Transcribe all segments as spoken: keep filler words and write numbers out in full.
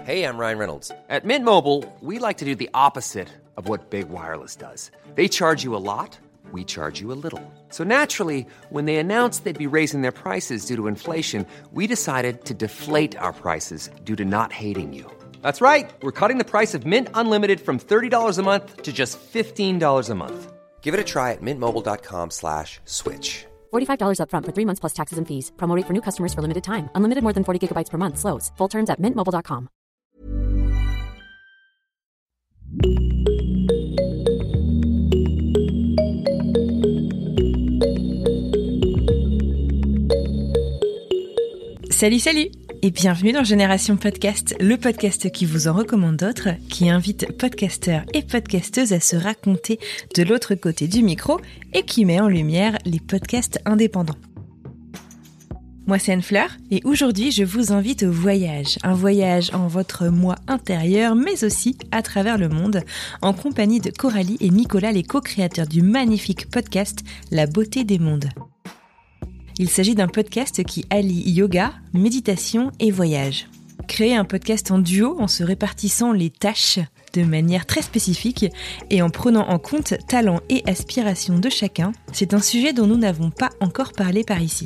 Hey, I'm Ryan Reynolds. At Mint Mobile, we like to do the opposite of what Big Wireless does. They charge you a lot, we charge you a little. So naturally, when they announced they'd be raising their prices due to inflation, we decided to deflate our prices due to not hating you. That's right. We're cutting the price of Mint Unlimited from thirty dollars a month to just fifteen dollars a month. Give it a try at mintmobile.com slash switch. forty-five dollars up front for three months plus taxes and fees. Promo rate for new customers for limited time. Unlimited more than forty gigabytes per month. Slows full terms at mint mobile dot com. Salut, salut et bienvenue dans Génération Podcast, le podcast qui vous en recommande d'autres, qui invite podcasteurs et podcasteuses à se raconter de l'autre côté du micro et qui met en lumière les podcasts indépendants. Moi c'est Anne Fleur et aujourd'hui je vous invite au voyage, un voyage en votre moi intérieur mais aussi à travers le monde en compagnie de Coralie et Nicolas, les co-créateurs du magnifique podcast La beauté des mondes. Il s'agit d'un podcast qui allie yoga, méditation et voyage. Créer un podcast en duo en se répartissant les tâches de manière très spécifique et en prenant en compte talent et aspiration de chacun, c'est un sujet dont nous n'avons pas encore parlé par ici.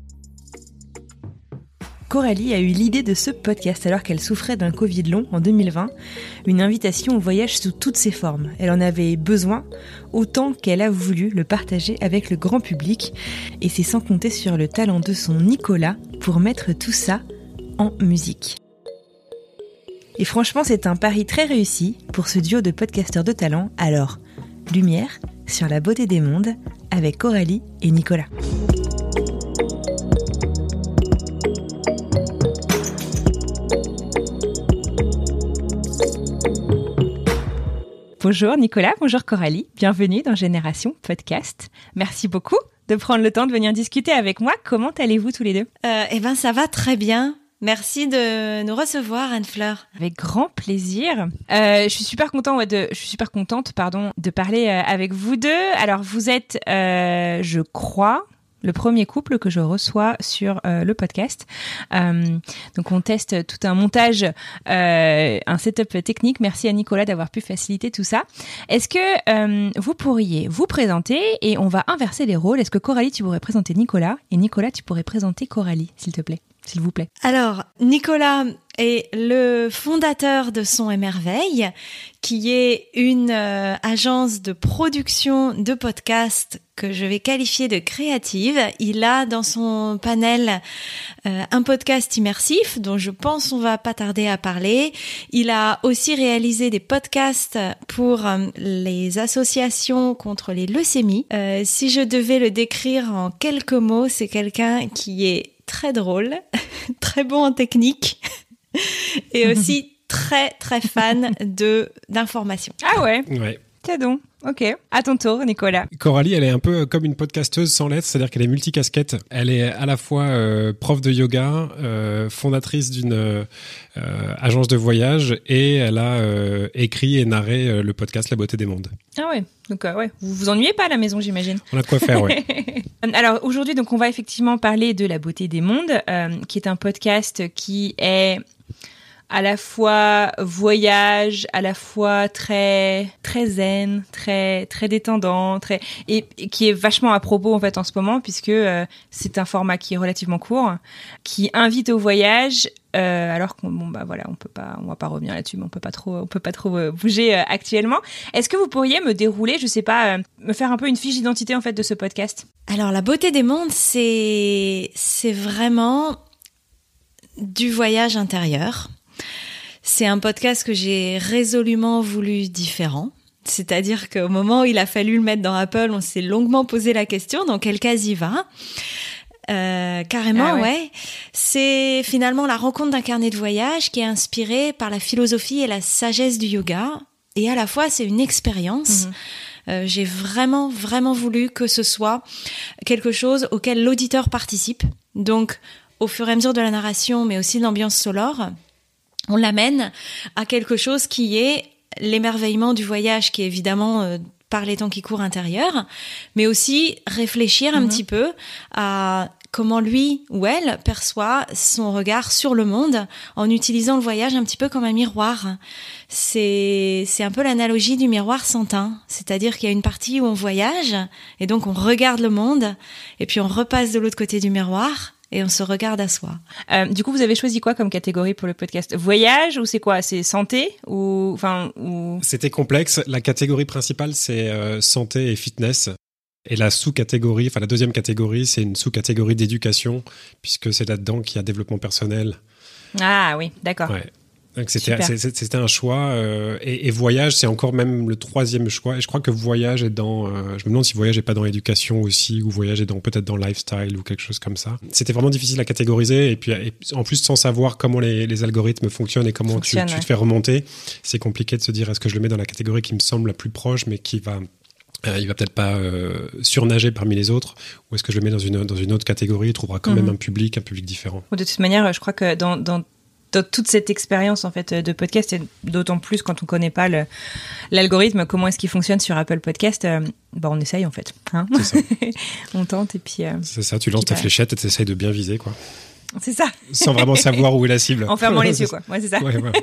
Coralie a eu l'idée de ce podcast alors qu'elle souffrait d'un Covid long en deux mille vingt, une invitation au voyage sous toutes ses formes. Elle en avait besoin autant qu'elle a voulu le partager avec le grand public et c'est sans compter sur le talent de son Nicolas pour mettre tout ça en musique. Et franchement, c'est un pari très réussi pour ce duo de podcasteurs de talent. Alors, lumière sur la beauté des mondes avec Coralie et Nicolas. Bonjour Nicolas, bonjour Coralie, bienvenue dans Génération Podcast. Merci beaucoup de prendre le temps de venir discuter avec moi. Comment allez-vous tous les deux ? euh, Eh ben, ça va très bien. Merci de nous recevoir, Anne Fleur. Avec grand plaisir. Euh, je suis super content, ouais, de, je suis super contente, pardon, de parler euh, avec vous deux. Alors, vous êtes, euh, je crois, le premier couple que je reçois sur euh, le podcast. Euh, donc on teste tout un montage, euh, un setup technique. Merci à Nicolas d'avoir pu faciliter tout ça. Est-ce que euh, vous pourriez vous présenter et on va inverser les rôles. Est-ce que Coralie, tu pourrais présenter Nicolas et Nicolas, tu pourrais présenter Coralie, s'il te plaît, s'il vous plaît. Alors, Nicolas est le fondateur de Son et Merveille, qui est une euh, agence de production de podcasts que je vais qualifier de créative. Il a dans son panel euh, un podcast immersif dont je pense on va pas tarder à parler. Il a aussi réalisé des podcasts pour euh, les associations contre les leucémies. Euh, si je devais le décrire en quelques mots, c'est quelqu'un qui est très drôle, très bon en technique et aussi très très fan de d'informations. Ah ouais. Ouais. Tiens donc. Ok. À ton tour, Nicolas. Coralie, elle est un peu comme une podcasteuse sans lettres, c'est-à-dire qu'elle est multicasquette. Elle est à la fois euh, prof de yoga, euh, fondatrice d'une euh, agence de voyage et elle a euh, écrit et narré euh, le podcast La beauté des mondes. Ah ouais. Donc euh, ouais, vous vous ennuyez pas à la maison, j'imagine. On a de quoi faire, ouais. Alors aujourd'hui, donc on va effectivement parler de La beauté des mondes, euh, qui est un podcast qui est à la fois voyage, à la fois très très zen, très très détendant, très et, et qui est vachement à propos en fait en ce moment puisque euh, c'est un format qui est relativement court, qui invite au voyage. Euh, alors qu'on bon bah voilà, on peut pas, on va pas revenir là-dessus, mais on peut pas trop, on peut pas trop euh, bouger euh, actuellement. Est-ce que vous pourriez me dérouler, je sais pas, euh, me faire un peu une fiche d'identité en fait de ce podcast ? Alors la beauté des mondes, c'est c'est vraiment du voyage intérieur. C'est un podcast que j'ai résolument voulu différent. C'est-à-dire qu'au moment où il a fallu le mettre dans Apple, on s'est longuement posé la question dans quelle case il va. Euh, carrément, ah ouais. ouais. C'est finalement la rencontre d'un carnet de voyage qui est inspiré par la philosophie et la sagesse du yoga. Et à la fois, c'est une expérience. Mmh. Euh, j'ai vraiment, vraiment voulu que ce soit quelque chose auquel l'auditeur participe. Donc, au fur et à mesure de la narration, mais aussi de l'ambiance sonore, on l'amène à quelque chose qui est l'émerveillement du voyage, qui est évidemment euh, par les temps qui courent intérieurs, mais aussi réfléchir un mmh. petit peu à comment lui ou elle perçoit son regard sur le monde en utilisant le voyage un petit peu comme un miroir. C'est, c'est un peu l'analogie du miroir sans teint. C'est-à-dire qu'il y a une partie où on voyage et donc on regarde le monde et puis on repasse de l'autre côté du miroir et on se regarde à soi. Euh, du coup, vous avez choisi quoi comme catégorie pour le podcast ? Voyage ou c'est quoi ? C'est santé ou enfin ou C'était complexe. La catégorie principale, c'est euh, santé et fitness. Et la sous-catégorie, enfin la deuxième catégorie, c'est une sous-catégorie d'éducation, puisque c'est là-dedans qu'il y a développement personnel. Ah oui, d'accord. Ouais. Donc c'était, c'était, c'était un choix. Euh, et, et voyage, c'est encore même le troisième choix. Et je crois que voyage est dans... Euh, je me demande si voyage n'est pas dans éducation aussi, ou voyage est dans, peut-être dans lifestyle ou quelque chose comme ça. C'était vraiment difficile à catégoriser. Et puis et en plus, sans savoir comment les, les algorithmes fonctionnent et comment Fonctionne, tu, tu ouais. te fais remonter, c'est compliqué de se dire est-ce que je le mets dans la catégorie qui me semble la plus proche, mais qui va... Euh, il va peut-être pas euh, surnager parmi les autres, ou est-ce que je le mets dans une, dans une autre catégorie, il trouvera quand mmh. même un public, un public différent. De toute manière, je crois que dans, dans, dans toute cette expérience en fait, de podcast, et d'autant plus quand on connaît pas le, l'algorithme, comment est-ce qu'il fonctionne sur Apple Podcast, euh, bah on essaye en fait. Hein c'est ça. On tente et puis... Euh, c'est ça, tu lances ta bah... fléchette et tu essayes de bien viser, quoi. C'est ça. Sans vraiment savoir où est la cible. En fermant les yeux, quoi. Ouais, c'est ça. Ouais, ouais.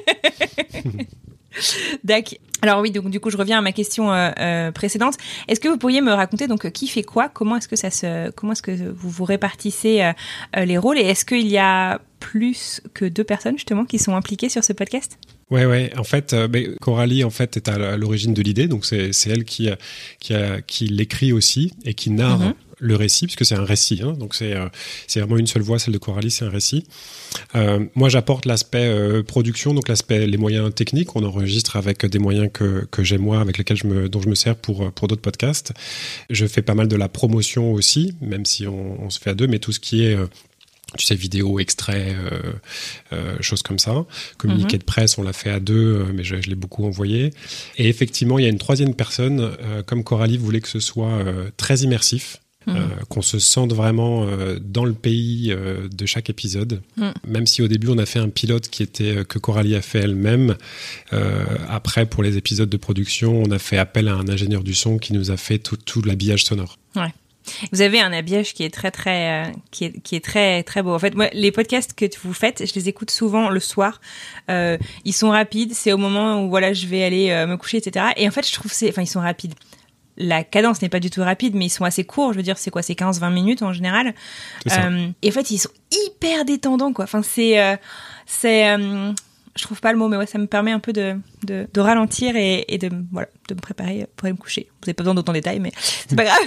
D'accord. Alors oui, donc du coup, je reviens à ma question euh, euh, précédente. Est-ce que vous pourriez me raconter donc qui fait quoi ? Comment est-ce que ça se, comment est-ce que vous vous répartissez euh, euh, les rôles ? Et est-ce qu'il y a plus que deux personnes justement qui sont impliquées sur ce podcast ? Ouais, ouais. En fait, euh, bah, Coralie en fait est à l'origine de l'idée, donc c'est c'est elle qui a, qui a, qui l'écrit aussi et qui narre. Mm-hmm. Le récit, puisque c'est un récit, hein, donc c'est euh, c'est vraiment une seule voix, celle de Coralie, c'est un récit. Euh, moi, j'apporte l'aspect euh, production, donc l'aspect les moyens techniques. On enregistre avec des moyens que que j'ai moi, avec lesquels je me dont je me sers pour pour d'autres podcasts. Je fais pas mal de la promotion aussi, même si on, on se fait à deux, mais tout ce qui est euh, tu sais, vidéo, extrait, euh, euh, choses comme ça. Communiqué mm-hmm. de presse, on l'a fait à deux, euh, mais je, je l'ai beaucoup envoyé. Et effectivement, il y a une troisième personne, euh, comme Coralie voulait que ce soit euh, très immersif. Mmh. Euh, qu'on se sente vraiment euh, dans le pays euh, de chaque épisode. Mmh. Même si au début on a fait un pilote qui était euh, que Coralie a fait elle-même. Euh, après, pour les épisodes de production, on a fait appel à un ingénieur du son qui nous a fait tout, tout l'habillage sonore. Ouais. Vous avez un habillage qui est très très euh, qui est qui est très très beau. En fait, moi, les podcasts que vous faites, je les écoute souvent le soir. Euh, ils sont rapides. C'est au moment où voilà, je vais aller euh, me coucher, et cetera. Et en fait, je trouve c'est, enfin, ils sont rapides. La cadence n'est pas du tout rapide, mais ils sont assez courts. Je veux dire, c'est quoi, c'est quinze vingt minutes en général. Euh, et en fait, ils sont hyper détendants, quoi. Enfin, c'est, euh, c'est, euh, je trouve pas le mot, mais ouais, ça me permet un peu de, de, de ralentir et, et de, voilà, de me préparer pour aller me coucher. Vous n'avez pas besoin d'autant de détails, mais c'est pas grave.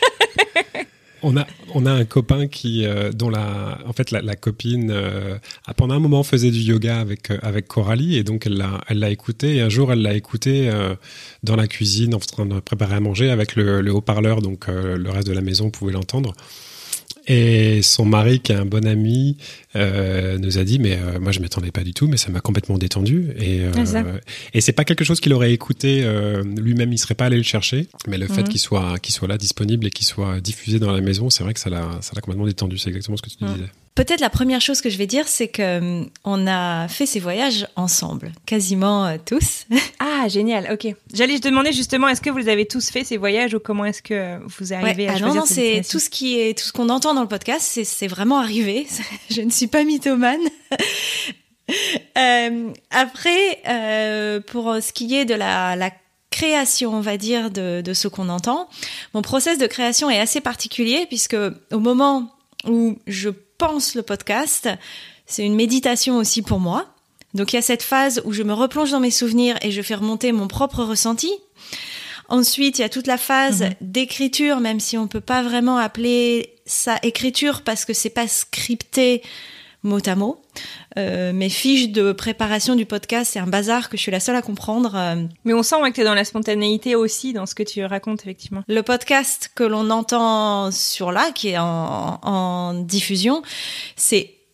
On a, on a un copain qui, euh, dont la, en fait, la, la copine, euh, pendant un moment faisait du yoga avec, euh, avec Coralie, et donc elle l'a, elle l'a écouté, et un jour elle l'a écouté euh, dans la cuisine en train de préparer à manger avec le, le haut-parleur, donc euh, le reste de la maison pouvait l'entendre. Et son mari, qui est un bon ami, euh, nous a dit, mais euh, moi je m'attendais pas du tout, mais ça m'a complètement détendu. Et, euh, et c'est pas quelque chose qu'il aurait écouté euh, lui-même, il serait pas allé le chercher. Mais le mmh. fait qu'il soit, qu'il soit là, disponible et qu'il soit diffusé dans la maison, c'est vrai que ça l'a, ça l'a complètement détendu. C'est exactement ce que tu mmh. disais. Peut-être la première chose que je vais dire, c'est que on a fait ces voyages ensemble, quasiment euh, tous. Ah, génial, ok. J'allais te demander justement, est-ce que vous les avez tous fait ces voyages ou comment est-ce que vous arrivez ouais, à ah choisir non, non, c'est tout ce qui est, tout ce qu'on entend dans le podcast, c'est, c'est vraiment arrivé. Je ne suis pas mythomane. euh, après, euh, pour ce qui est de la, la création, on va dire, de, de ce qu'on entend, mon process de création est assez particulier puisque au moment où je pense le podcast, c'est une méditation aussi pour moi. Donc il y a cette phase où je me replonge dans mes souvenirs et je fais remonter mon propre ressenti. Ensuite, il y a toute la phase mmh. d'écriture, même si on peut pas vraiment appeler ça écriture parce que c'est pas scripté mot à mot. Euh, mes fiches de préparation du podcast, c'est un bazar que je suis la seule à comprendre. Mais on sent ouais, que tu es dans la spontanéité aussi, dans ce que tu racontes, effectivement. Le podcast que l'on entend sur là, qui est en, en diffusion, c'est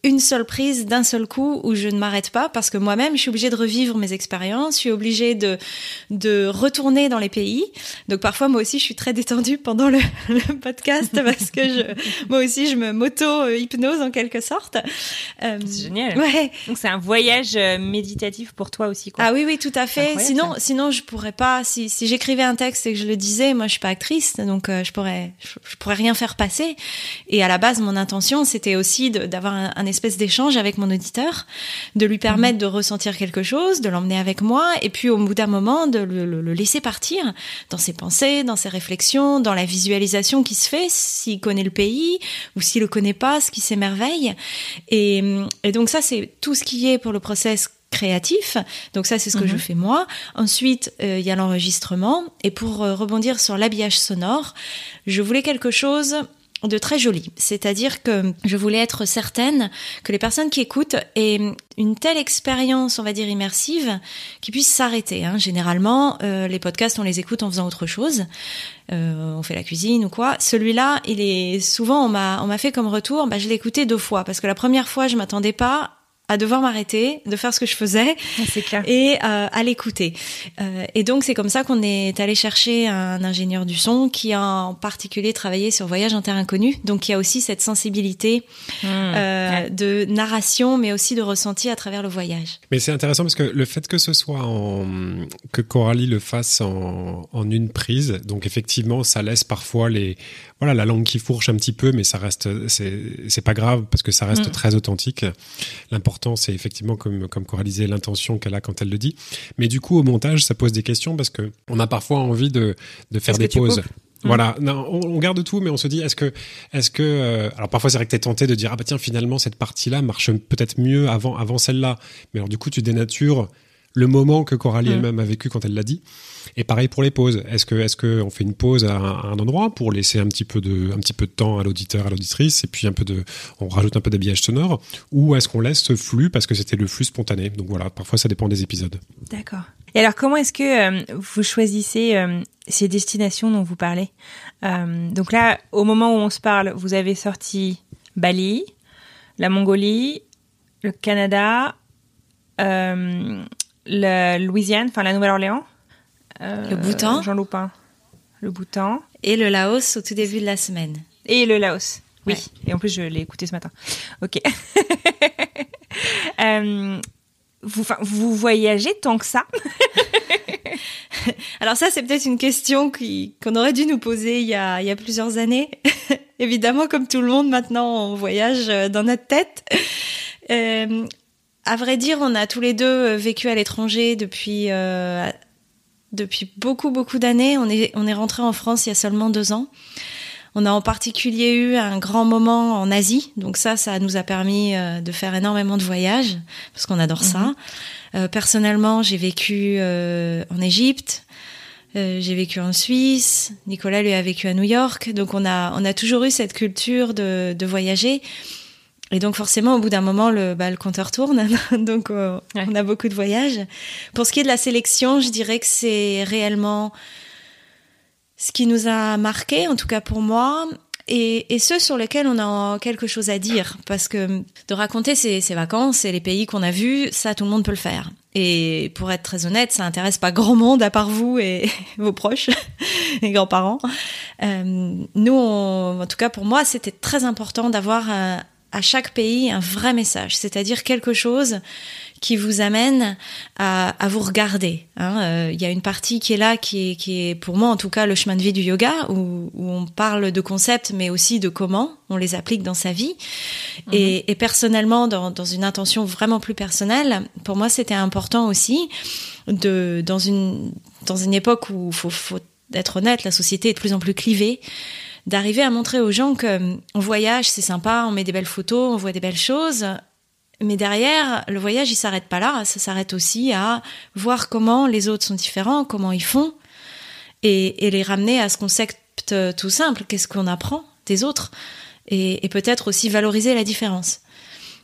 une seule prise d'un seul coup où je ne m'arrête pas parce que moi-même, je suis obligée de revivre mes expériences, je suis obligée de, de retourner dans les pays. Donc parfois, moi aussi, je suis très détendue pendant le, le podcast parce que je, moi aussi, je me m'auto-hypnose en quelque sorte. Euh, c'est génial. Ouais. Donc c'est un voyage méditatif pour toi aussi, quoi. Ah oui, oui, tout à fait. Sinon, ça. sinon, je pourrais pas, si, si j'écrivais un texte et que je le disais, moi, je suis pas actrice, donc euh, je pourrais, je, je pourrais rien faire passer. Et à la base, mon intention, c'était aussi de, d'avoir un, un espèce d'échange avec mon auditeur, de lui permettre mmh. de ressentir quelque chose, de l'emmener avec moi, et puis au bout d'un moment, de le, le, le laisser partir dans ses pensées, dans ses réflexions, dans la visualisation qui se fait, s'il connaît le pays, ou s'il le connaît pas, ce qui s'émerveille. Et, et donc ça, c'est tout ce qui est pour le process créatif. Donc ça, c'est ce que mmh. je fais moi. Ensuite, il euh, y a l'enregistrement. Et pour euh, rebondir sur l'habillage sonore, je voulais quelque chose de très joli. C'est-à-dire que je voulais être certaine que les personnes qui écoutent aient une telle expérience, on va dire immersive, qu'ils puissent s'arrêter. Hein. Généralement, euh, les podcasts, on les écoute en faisant autre chose. Euh, on fait la cuisine ou quoi. Celui-là, il est souvent, on m'a, on m'a fait comme retour, bah, je l'ai écouté deux fois parce que la première fois, je m'attendais pas à devoir m'arrêter, de faire ce que je faisais c'est clair. et euh, à l'écouter. Euh, et donc, c'est comme ça qu'on est allé chercher un ingénieur du son qui a en particulier travaillé sur Voyage en terre inconnue, donc qui a aussi cette sensibilité mmh. euh, ouais. de narration, mais aussi de ressenti à travers le voyage. Mais c'est intéressant parce que le fait que ce soit en... que Coralie le fasse en, en une prise, donc effectivement, ça laisse parfois les... Voilà, la langue qui fourche un petit peu, mais ça reste, c'est, c'est pas grave parce que ça reste mmh. très authentique. L'important, c'est effectivement, comme, comme Coralie disait, l'intention qu'elle a quand elle le dit. Mais du coup, au montage, ça pose des questions parce que on a parfois envie de, de faire est-ce des pauses. Mmh. Voilà, non, on, on garde tout, mais on se dit, est-ce que, est-ce que, euh, alors parfois c'est vrai que t'es tenté de dire, ah bah tiens, finalement cette partie-là marche peut-être mieux avant, avant celle-là. Mais alors du coup, tu dénatures le moment que Coralie mmh. elle-même a vécu quand elle l'a dit. Et pareil pour les pauses. Est-ce que, est-ce que on fait une pause à un, à un endroit pour laisser un petit peu de, un petit peu de temps à l'auditeur, à l'auditrice, et puis un peu de, on rajoute un peu d'habillage sonore, ou est-ce qu'on laisse ce flux parce que c'était le flux spontané. Donc voilà, parfois ça dépend des épisodes. D'accord. Et alors, comment est-ce que euh, vous choisissez euh, ces destinations dont vous parlez ? euh, Donc là, au moment où on se parle, vous avez sorti Bali, la Mongolie, le Canada, euh, la Louisiane, enfin la Nouvelle-Orléans. Euh, le Bhoutan. Jean Loupin. Le Bhoutan. Et le Laos au tout début de la semaine. Et le Laos, oui. Ouais. Et en plus, je l'ai écouté ce matin. Ok. euh, vous, vous voyagez tant que ça ? Alors ça, c'est peut-être une question qui, qu'on aurait dû nous poser il y a, il y a plusieurs années. Évidemment, comme tout le monde, maintenant, on voyage dans notre tête. Euh, à vrai dire, on a tous les deux vécu à l'étranger depuis... Euh, Depuis beaucoup, beaucoup d'années. On est, on est rentré en France il y a seulement deux ans. On a en particulier eu un grand moment en Asie. Donc ça, ça nous a permis euh, de faire énormément de voyages, parce qu'on adore mmh. ça. Euh, personnellement, j'ai vécu euh, en Égypte, euh, j'ai vécu en Suisse. Nicolas, lui, a vécu à New York. Donc on a, on a toujours eu cette culture de, de voyager. Et donc forcément, au bout d'un moment, le, bah, le compteur tourne. Donc euh, ouais. on a beaucoup de voyages. Pour ce qui est de la sélection, je dirais que c'est réellement ce qui nous a marqué, en tout cas pour moi, et, et ceux sur lesquels on a quelque chose à dire. Parce que de raconter ses, ses vacances et les pays qu'on a vus, ça, tout le monde peut le faire. Et pour être très honnête, ça intéresse pas grand monde à part vous et vos proches, les grands-parents. Euh, nous, on, en tout cas pour moi, c'était très important d'avoir un, à chaque pays un vrai message, c'est-à-dire quelque chose qui vous amène à, à vous regarder. Hein. Euh, y a une partie qui est là, qui est, qui est pour moi en tout cas le chemin de vie du yoga, où, où on parle de concepts, mais aussi de comment on les applique dans sa vie. Mmh. Et, et personnellement, dans, dans une intention vraiment plus personnelle, pour moi c'était important aussi, de, dans, une, dans une époque où il faut, faut être honnête, la société est de plus en plus clivée, d'arriver à montrer aux gens que on voyage, c'est sympa, on met des belles photos, on voit des belles choses, mais derrière, le voyage, il s'arrête pas là, ça s'arrête aussi à voir comment les autres sont différents, comment ils font, et, et les ramener à ce concept tout simple, qu'est-ce qu'on apprend des autres, et, et peut-être aussi valoriser la différence.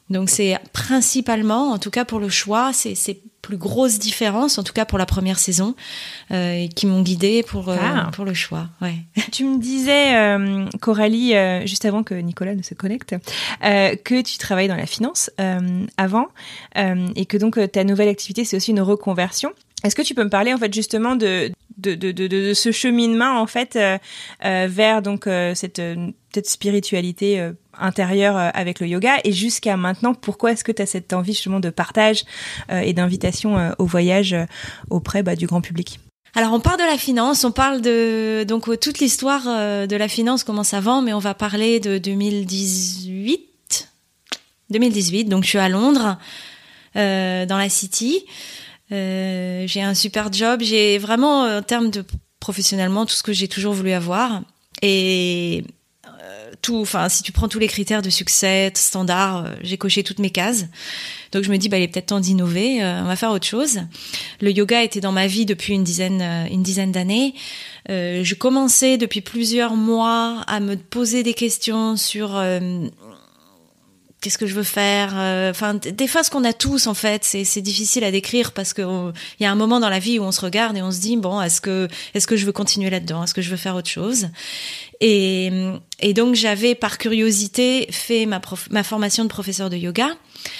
Donc c'est principalement, en tout cas pour le choix, c'est ces plus grosses différences, en tout cas pour la première saison, euh, qui m'ont guidée pour, euh, ah. pour le choix. Ouais. Tu me disais, euh, Coralie, euh, juste avant que Nicolas ne se connecte, euh, que tu travaillais dans la finance euh, avant euh, et que donc ta nouvelle activité, c'est aussi une reconversion. Est-ce que tu peux me parler en fait justement de de de de, de ce cheminement en fait euh, euh, vers donc euh, cette euh, peut-être spiritualité euh, intérieure euh, avec le yoga et jusqu'à maintenant, pourquoi est-ce que tu as cette envie justement de partage euh, et d'invitation euh, au voyage euh, auprès bah, du grand public? Alors on parle de la finance, on parle de donc toute l'histoire euh, de la finance commence avant, mais on va parler de deux mille dix-huit. deux mille dix-huit, donc je suis à Londres, euh, dans la City. Euh, j'ai un super job, j'ai vraiment en termes de professionnellement tout ce que j'ai toujours voulu avoir et euh, tout, enfin si tu prends tous les critères de succès standard, euh, j'ai coché toutes mes cases. Donc je me dis bah il est peut-être temps d'innover, euh, on va faire autre chose. Le yoga était dans ma vie depuis une dizaine euh, une dizaine d'années. Euh, je commençais depuis plusieurs mois à me poser des questions sur euh, qu'est-ce que je veux faire, enfin euh, des phases qu'on a tous en fait, c'est c'est difficile à décrire parce que il y a un moment dans la vie où on se regarde et on se dit bon, est-ce que est-ce que je veux continuer là-dedans, est-ce que je veux faire autre chose, et et donc j'avais par curiosité fait ma prof, ma formation de professeur de yoga.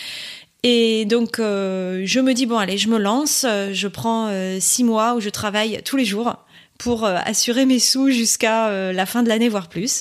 Et donc euh, je me dis bon allez, je me lance, je prends euh, six mois où je travaille tous les jours pour euh, assurer mes sous jusqu'à euh, la fin de l'année voire plus,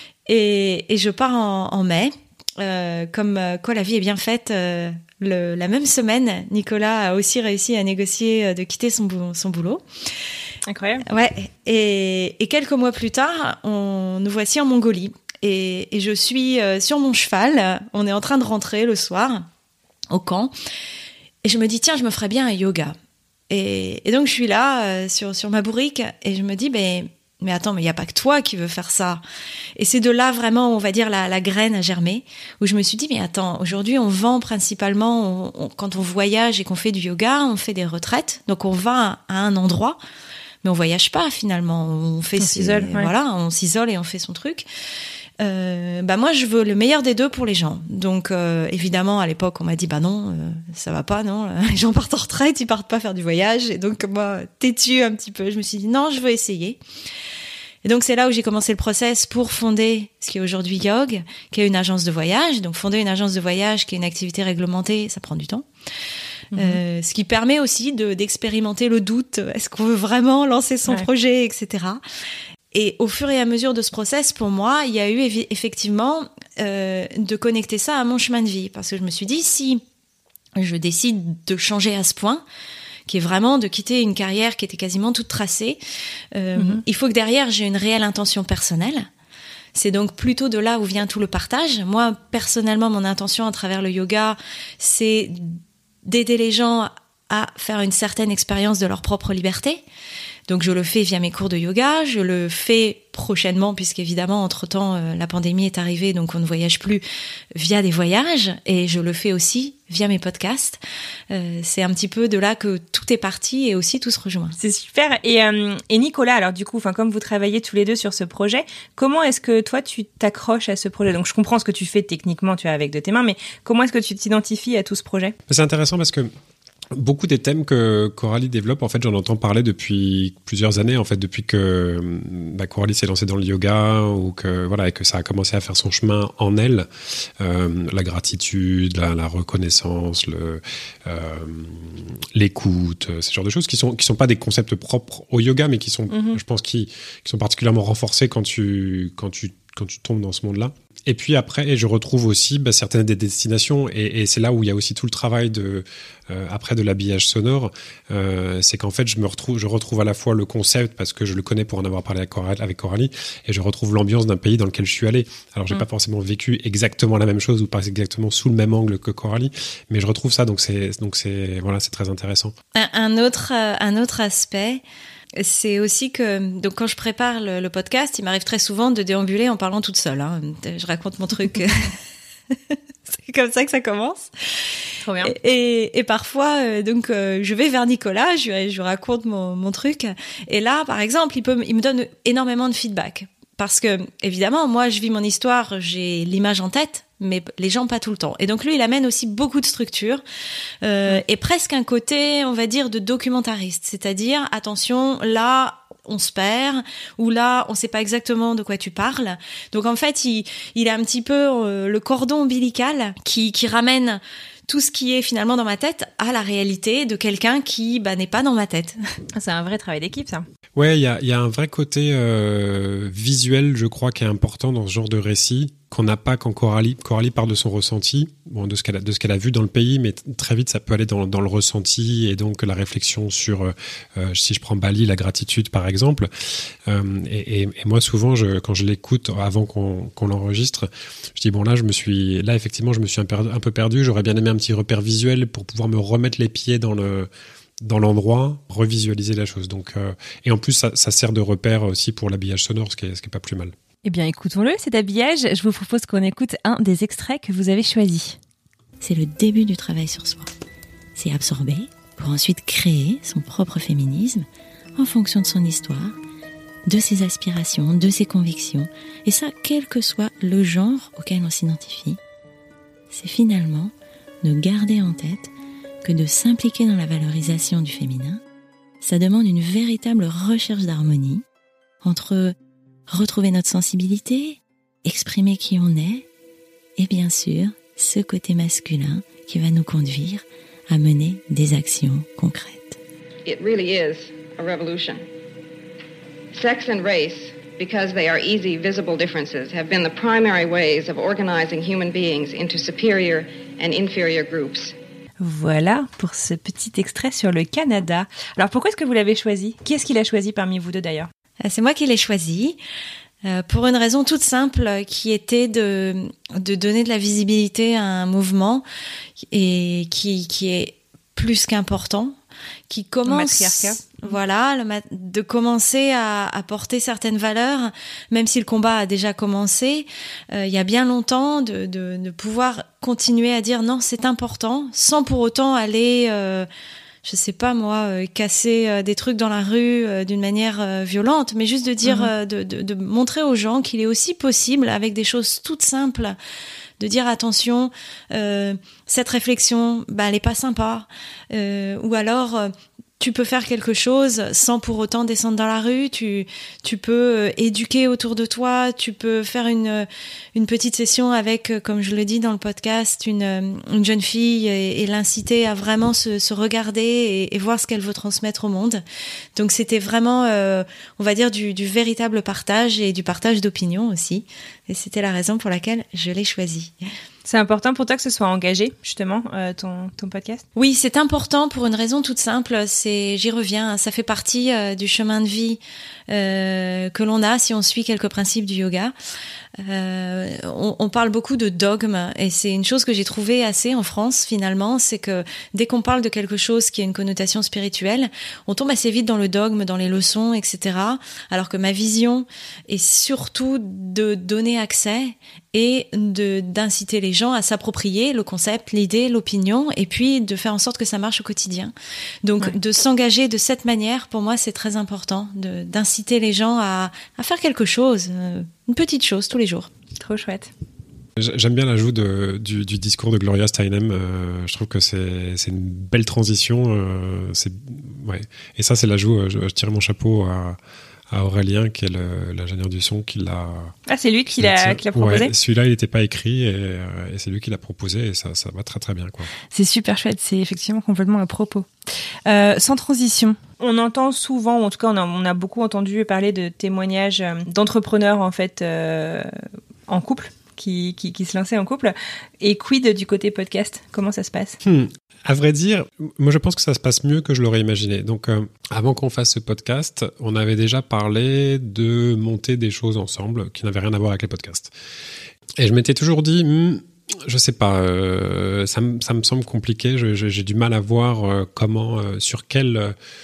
et et je pars en, en mai. Euh, comme euh, quoi la vie est bien faite, euh, le, la même semaine, Nicolas a aussi réussi à négocier euh, de quitter son, bou- son boulot. Incroyable. Ouais. Et, et quelques mois plus tard, on, nous voici en Mongolie. Et, et je suis euh, sur mon cheval. On est en train de rentrer le soir au camp. Et je me dis, tiens, je me ferais bien un yoga. Et, et donc, je suis là euh, sur, sur ma bourrique et je me dis, ben... mais attends, mais il n'y a pas que toi qui veux faire ça. Et c'est de là vraiment, on va dire, la, la graine a germé, où je me suis dit, mais attends, aujourd'hui, on vend principalement, on, on, quand on voyage et qu'on fait du yoga, on fait des retraites. Donc, on va à un endroit, mais on voyage pas, finalement. On fait, on ses, s'isole, ouais. Voilà, on s'isole et on fait son truc. Euh, bah moi je veux le meilleur des deux pour les gens, donc euh, évidemment à l'époque on m'a dit bah non euh, ça va pas, non, les gens partent en retraite, ils partent pas faire du voyage, et donc moi têtue un petit peu, je me suis dit non, je veux essayer. Et donc c'est là où j'ai commencé le process pour fonder ce qui est aujourd'hui Yog, qui est une agence de voyage. Donc fonder une agence de voyage qui est une activité réglementée, ça prend du temps. Mmh. Euh, ce qui permet aussi de, d'expérimenter le doute, est-ce qu'on veut vraiment lancer son ouais. projet, et cetera. Et au fur et à mesure de ce process, pour moi, il y a eu évi- effectivement euh, de connecter ça à mon chemin de vie. Parce que je me suis dit, si je décide de changer à ce point, qui est vraiment de quitter une carrière qui était quasiment toute tracée, euh, mm-hmm. il faut que derrière, j'ai une réelle intention personnelle. C'est donc plutôt de là où vient tout le partage. Moi, personnellement, mon intention à travers le yoga, c'est d'aider les gens à faire une certaine expérience de leur propre liberté. Donc je le fais via mes cours de yoga, je le fais prochainement, puisqu'évidemment, entre-temps, euh, la pandémie est arrivée, donc on ne voyage plus, via des voyages, et je le fais aussi via mes podcasts. Euh, c'est un petit peu de là que tout est parti et aussi tout se rejoint. C'est super. Et, euh, et Nicolas, alors du coup, enfin comme vous travaillez tous les deux sur ce projet, comment est-ce que toi tu t'accroches à ce projet? Donc je comprends ce que tu fais techniquement, tu as avec de tes mains, mais comment est-ce que tu t'identifies à tout ce projet? C'est intéressant parce que beaucoup des thèmes que Coralie développe, en fait, j'en entends parler depuis plusieurs années, en fait, depuis que bah, Coralie s'est lancée dans le yoga, ou que voilà, et que ça a commencé à faire son chemin en elle, euh, la gratitude, la, la reconnaissance, le, euh, l'écoute, ce genre de choses qui sont qui sont pas des concepts propres au yoga, mais qui sont, mm-hmm. je pense, qui qui sont particulièrement renforcés quand tu quand tu quand tu tombes dans ce monde-là. Et puis après, et je retrouve aussi bah, certaines des destinations, et, et c'est là où il y a aussi tout le travail de euh, après de l'habillage sonore. Euh, c'est qu'en fait, je me retrouve, je retrouve à la fois le concept parce que je le connais pour en avoir parlé avec Coralie, avec Coralie, et je retrouve l'ambiance d'un pays dans lequel je suis allé. Alors, j'ai mmh. pas forcément vécu exactement la même chose ou pas exactement sous le même angle que Coralie, mais je retrouve ça. Donc c'est donc c'est voilà, c'est très intéressant. Un, un autre euh, un autre aspect. C'est aussi que donc quand je prépare le, le podcast, il m'arrive très souvent de déambuler en parlant toute seule. Hein. Je raconte mon truc. C'est comme ça que ça commence. Trop bien. Et, et, et parfois, euh, donc, euh, je vais vers Nicolas, je, je raconte mon, mon truc. Et là, par exemple, il, peut, il me donne énormément de feedback. Parce que, évidemment, moi, je vis mon histoire, j'ai l'image en tête, mais les gens pas tout le temps. Et donc lui, il amène aussi beaucoup de structure euh, et presque un côté, on va dire, de documentariste. C'est-à-dire, attention, là, on se perd, ou là, on sait pas exactement de quoi tu parles. Donc en fait, il, il a un petit peu euh, le cordon ombilical qui, qui ramène tout ce qui est finalement dans ma tête à la réalité de quelqu'un qui bah, n'est pas dans ma tête. C'est un vrai travail d'équipe, ça. Ouais, il y a, y a un vrai côté euh, visuel, je crois, qui est important dans ce genre de récit, qu'on n'a pas quand Coralie, Coralie parle de son ressenti, bon, de ce qu'elle a, de ce qu'elle a vu dans le pays, mais t- très vite, ça peut aller dans, dans le ressenti et donc la réflexion sur, euh, si je prends Bali, la gratitude, par exemple. Euh, et, et, et moi, souvent, je, quand je l'écoute avant qu'on, qu'on l'enregistre, je dis, bon, là, je me suis, là, effectivement, je me suis un, per, un peu perdu. J'aurais bien aimé un petit repère visuel pour pouvoir me remettre les pieds dans le, dans l'endroit, revisualiser la chose. Donc, euh, et en plus, ça, ça sert de repère aussi pour l'habillage sonore, ce qui est, ce qui est pas plus mal. Eh bien, écoutons-le, cet habillage. Je vous propose qu'on écoute un des extraits que vous avez choisi. C'est le début du travail sur soi. C'est absorber pour ensuite créer son propre féminisme en fonction de son histoire, de ses aspirations, de ses convictions. Et ça, quel que soit le genre auquel on s'identifie. C'est finalement de garder en tête que de s'impliquer dans la valorisation du féminin, ça demande une véritable recherche d'harmonie entre retrouver notre sensibilité, exprimer qui on est, et bien sûr, ce côté masculin qui va nous conduire à mener des actions concrètes. It really is a revolution. Sex and race, because they are easy, visible differences, have been the primary ways of organizing human beings into superior and inferior groups. Voilà pour ce petit extrait sur le Canada. Alors pourquoi est-ce que vous l'avez choisi ? Qui est-ce qui l'a choisi parmi vous deux d'ailleurs ? C'est moi qui l'ai choisi euh, pour une raison toute simple qui était de, de donner de la visibilité à un mouvement et qui, qui est plus qu'important, qui commence, voilà, le mat- de commencer à, à porter certaines valeurs, même si le combat a déjà commencé, euh, il y a bien longtemps, de, de, de pouvoir continuer à dire non, c'est important, sans pour autant aller... Euh, je sais pas moi, euh, casser euh, des trucs dans la rue euh, d'une manière euh, violente, mais juste de dire, mmh. euh, de, de, de montrer aux gens qu'il est aussi possible, avec des choses toutes simples, de dire attention, euh, cette réflexion, bah, elle est pas sympa, euh, ou alors euh, tu peux faire quelque chose sans pour autant descendre dans la rue, tu, tu peux éduquer autour de toi, tu peux faire une, une petite session avec, comme je le dis dans le podcast, une, une jeune fille et, et l'inciter à vraiment se, se regarder et, et voir ce qu'elle veut transmettre au monde. Donc c'était vraiment, euh, on va dire, du, du véritable partage et du partage d'opinion aussi. Et c'était la raison pour laquelle je l'ai choisi. C'est important pour toi que ce soit engagé, justement, euh, ton, ton podcast ? Oui, c'est important pour une raison toute simple. C'est, j'y reviens, ça fait partie euh, du chemin de vie euh, que l'on a si on suit quelques principes du yoga. Euh, on, on parle beaucoup de dogme et c'est une chose que j'ai trouvée assez en France finalement, c'est que dès qu'on parle de quelque chose qui a une connotation spirituelle, on tombe assez vite dans le dogme, dans les leçons, et cetera. Alors que ma vision est surtout de donner accès et de d'inciter les gens à s'approprier le concept, l'idée, l'opinion, et puis de faire en sorte que ça marche au quotidien. Donc ouais. De s'engager de cette manière, pour moi, c'est très important, de, d'inciter les gens à, à faire quelque chose, euh, une petite chose tous les jours. Trop chouette. J'aime bien l'ajout de, du, du discours de Gloria Steinem. Euh, je trouve que c'est, c'est une belle transition. Euh, c'est, ouais. Et ça, c'est l'ajout. Euh, je, je tire mon chapeau à, à Aurélien, qui est le, l'ingénieur du son, qui l'a. Ah, c'est lui qui l'a, qui l'a proposé. Ouais, celui-là, il n'était pas écrit et, et c'est lui qui l'a proposé et ça, ça va très très bien, quoi. C'est super chouette. C'est effectivement complètement à propos. Euh, sans transition. On entend souvent, ou en tout cas, on a, on a beaucoup entendu parler de témoignages d'entrepreneurs en fait euh, en couple. Qui, qui, qui se lançaient en couple. Et quid du côté podcast ? Comment ça se passe ? hmm. À vrai dire, moi je pense que ça se passe mieux que je l'aurais imaginé. Donc euh, avant qu'on fasse ce podcast, on avait déjà parlé de monter des choses ensemble qui n'avaient rien à voir avec les podcasts. Et je m'étais toujours dit, hmm, je sais pas, euh, ça, m- ça me semble compliqué. Je, je, j'ai du mal à voir euh, comment, euh, sur quel... Euh,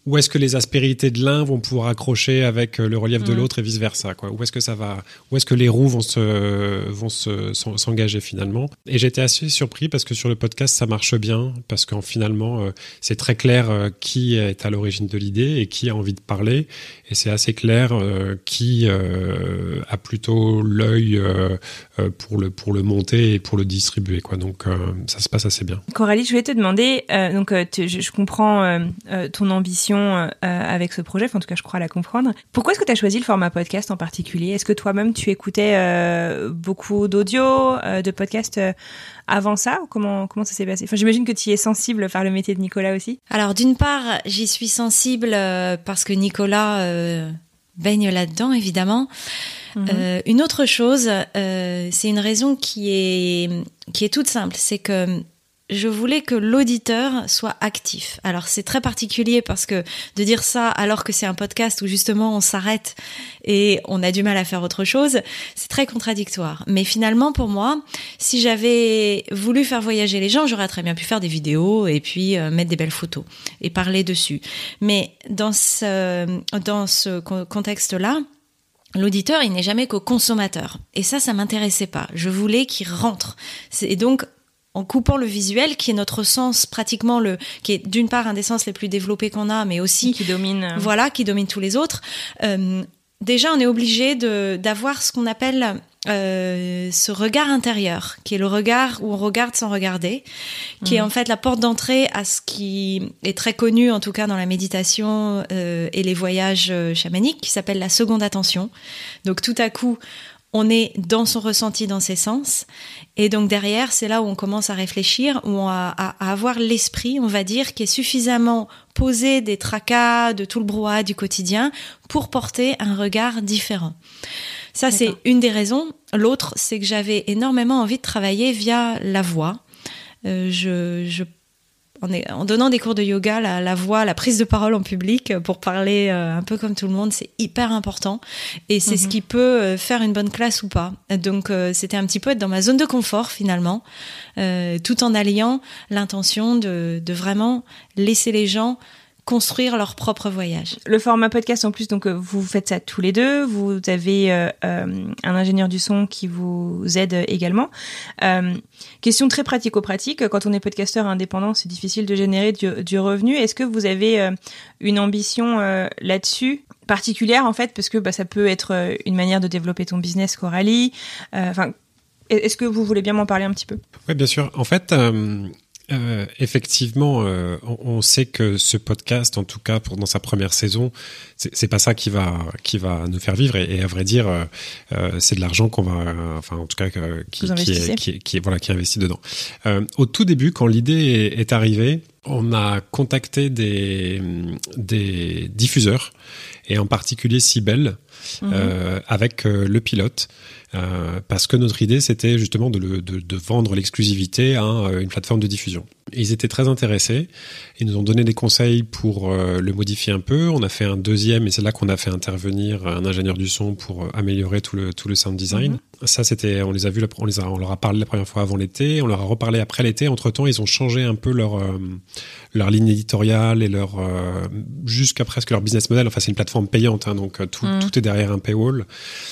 où est-ce que les aspérités de l'un vont pouvoir accrocher avec le relief mmh. de l'autre et vice versa, quoi. Où est-ce que ça va, où est-ce que les roues vont se, vont se, s'engager finalement. Et j'étais assez surpris parce que sur le podcast ça marche bien, parce qu'en finalement euh, c'est très clair euh, qui est à l'origine de l'idée et qui a envie de parler, et c'est assez clair euh, qui euh, a plutôt l'œil euh, euh, pour le pour le monter et pour le distribuer, quoi. Donc euh, ça se passe assez bien. Coralie, je voulais te demander, euh, donc euh, tu, je, je comprends euh, euh, ton ambition euh, avec ce projet, enfin, en tout cas je crois la comprendre. Pourquoi est-ce que tu as choisi le format podcast en particulier ? Est-ce que toi-même tu écoutais euh, beaucoup d'audio, euh, de podcasts euh, avant ça, ou comment, comment ça s'est passé ? Enfin, j'imagine que tu y es sensible par le métier de Nicolas aussi. Alors d'une part, j'y suis sensible euh, parce que Nicolas euh, baigne là-dedans, évidemment. Mmh. Euh, une autre chose, euh, c'est une raison qui est, qui est toute simple, c'est que je voulais que l'auditeur soit actif. Alors c'est très particulier parce que de dire ça alors que c'est un podcast où justement on s'arrête et on a du mal à faire autre chose, c'est très contradictoire. Mais finalement pour moi, si j'avais voulu faire voyager les gens, j'aurais très bien pu faire des vidéos et puis euh, mettre des belles photos et parler dessus. Mais dans ce, dans ce contexte-là, l'auditeur, il n'est jamais qu'au consommateur. Et ça, ça m'intéressait pas. Je voulais qu'il rentre. Et donc, en coupant le visuel, qui est notre sens pratiquement le, qui est d'une part un des sens les plus développés qu'on a, mais aussi qui domine, euh... voilà, qui domine tous les autres. Euh, déjà, on est obligé de d'avoir ce qu'on appelle euh, ce regard intérieur, qui est le regard où on regarde sans regarder, qui mmh. est en fait la porte d'entrée à ce qui est très connu, en tout cas dans la méditation euh, et les voyages chamaniques, qui s'appelle la seconde attention. Donc tout à coup, on est dans son ressenti, dans ses sens. Et donc derrière, c'est là où on commence à réfléchir, où on a à, à avoir l'esprit, on va dire, qui est suffisamment posé des tracas, de tout le brouhaha du quotidien, pour porter un regard différent. Ça, D'accord. c'est une des raisons. L'autre, c'est que j'avais énormément envie de travailler via la voix. Euh, je... je En, est, en donnant des cours de yoga, la, la voix, la prise de parole en public pour parler euh, un peu comme tout le monde, c'est hyper important. Et c'est mm-hmm. ce qui peut euh, faire une bonne classe ou pas. Donc, euh, c'était un petit peu être dans ma zone de confort, finalement, euh, tout en alliant l'intention de, de vraiment laisser les gens construire leur propre voyage. Le format podcast, en plus, donc vous faites ça tous les deux. Vous avez euh, euh, un ingénieur du son qui vous aide également. Euh, question très pratico-pratique. Quand on est podcasteur indépendant, c'est difficile de générer du, du revenu. Est-ce que vous avez euh, une ambition euh, là-dessus particulière, en fait, parce que bah, ça peut être une manière de développer ton business, Coralie. Enfin, euh, est-ce que vous voulez bien m'en parler un petit peu ? Oui, bien sûr. En fait. Euh... Euh, effectivement, euh, on, on sait que ce podcast, en tout cas pour dans sa première saison, c'est, c'est pas ça qui va qui va nous faire vivre. Et, et à vrai dire, euh, euh, c'est de l'argent qu'on va, euh, enfin en tout cas euh, qui, qui, est, qui, est, qui est voilà qui est investi dedans. Euh, au tout début, quand l'idée est, est arrivée, on a contacté des des diffuseurs et en particulier Cybelle mmh. euh, avec euh, le pilote. Euh, parce que notre idée, c'était justement de, le, de, de vendre l'exclusivité à un, une plateforme de diffusion. Et ils étaient très intéressés. Ils nous ont donné des conseils pour euh, le modifier un peu. On a fait un deuxième, et c'est là qu'on a fait intervenir un ingénieur du son pour améliorer tout le, tout le sound design. Mm-hmm. Ça, c'était, on les a vus, on, les a, on leur a parlé la première fois avant l'été, on leur a reparlé après l'été. Entre-temps, ils ont changé un peu leur, euh, leur ligne éditoriale et leur, euh, jusqu'à presque leur business model. Enfin, c'est une plateforme payante, hein, donc tout, mm. tout est derrière un paywall.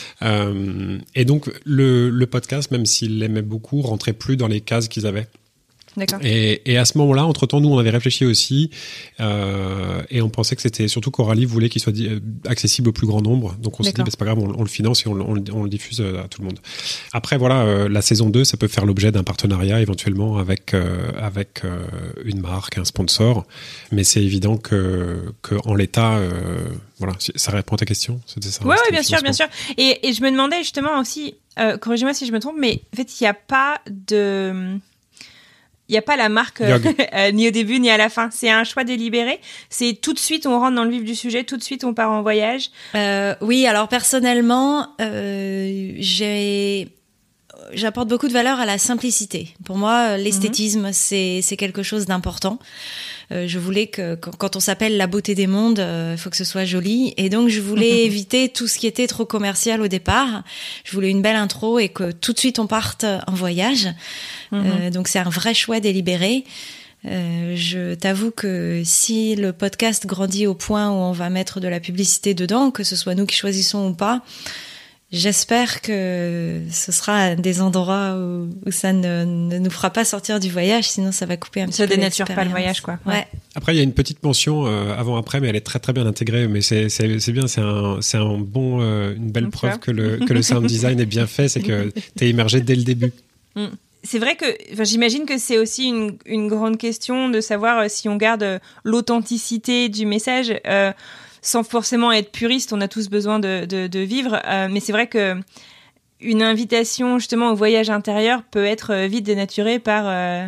Euh, et donc, le, le podcast, même s'ils l'aimaient beaucoup, rentrait plus dans les cases qu'ils avaient. D'accord. Et, et à ce moment-là, entre-temps, nous, on avait réfléchi aussi euh, et on pensait que c'était surtout Coralie voulait qu'il soit di- accessible au plus grand nombre. Donc on s'est dit, bah, c'est pas grave, on, on le finance et on, on, on le diffuse à tout le monde. Après, voilà, euh, la saison deux, ça peut faire l'objet d'un partenariat éventuellement avec, euh, avec euh, une marque, un sponsor. Mais c'est évident que, que en l'état... Euh, Voilà, ça répond à ta question. C'était ça. Oui, ouais, ouais, bien sûr, bien sûr. Et, et je me demandais justement aussi, euh, corrigez-moi si je me trompe, mais en fait, il n'y a pas de, il n'y a pas la marque euh, ni au début ni à la fin. C'est un choix délibéré. C'est tout de suite on rentre dans le vif du sujet, tout de suite on part en voyage. Euh, oui, alors personnellement, euh, j'ai j'apporte beaucoup de valeur à la simplicité. Pour moi, l'esthétisme, mmh. c'est c'est quelque chose d'important. Euh, je voulais que quand on s'appelle la beauté des mondes, il euh, faut que ce soit joli. Et donc, je voulais éviter tout ce qui était trop commercial au départ. Je voulais une belle intro et que tout de suite on parte en voyage. Mmh. Euh, donc, c'est un vrai choix délibéré. Euh, je t'avoue que si le podcast grandit au point où on va mettre de la publicité dedans, que ce soit nous qui choisissons ou pas, j'espère que ce sera des endroits où, où ça ne, ne nous fera pas sortir du voyage, sinon ça va couper un petit ça peu l'expérience. Ça dénature pas le voyage, quoi. Ouais. ouais. Après, il y a une petite mention euh, avant-après, mais elle est très très bien intégrée. Mais c'est c'est c'est bien, c'est un c'est un bon euh, une belle Donc, preuve que le que le sound design est bien fait, c'est que t'es immergé dès le début. Mm. C'est vrai que, enfin, j'imagine que c'est aussi une, une grande question de savoir euh, si on garde euh, l'authenticité du message, euh, sans forcément être puriste. On a tous besoin de, de, de vivre, euh, mais c'est vrai que une invitation justement au voyage intérieur peut être euh, vite dénaturée par euh,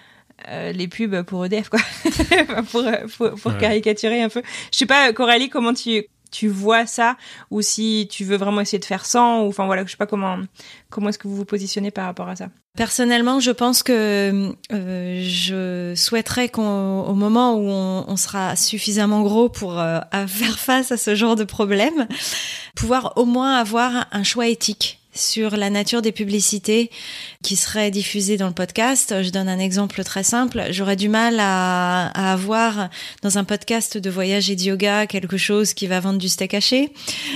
euh, les pubs pour E D F, quoi, pour pour, pour ouais. caricaturer un peu. Je sais pas, Coralie, comment tu tu vois ça, ou si tu veux vraiment essayer de faire sans, ou enfin voilà, je sais pas comment comment est-ce que vous vous positionnez par rapport à ça. Personnellement, je pense que euh, je souhaiterais qu'au au moment où on, on sera suffisamment gros pour euh, faire face à ce genre de problème, pouvoir au moins avoir un choix éthique sur la nature des publicités qui seraient diffusées dans le podcast. Je donne un exemple très simple. J'aurais du mal à, à avoir dans un podcast de voyage et de yoga quelque chose qui va vendre du steak haché.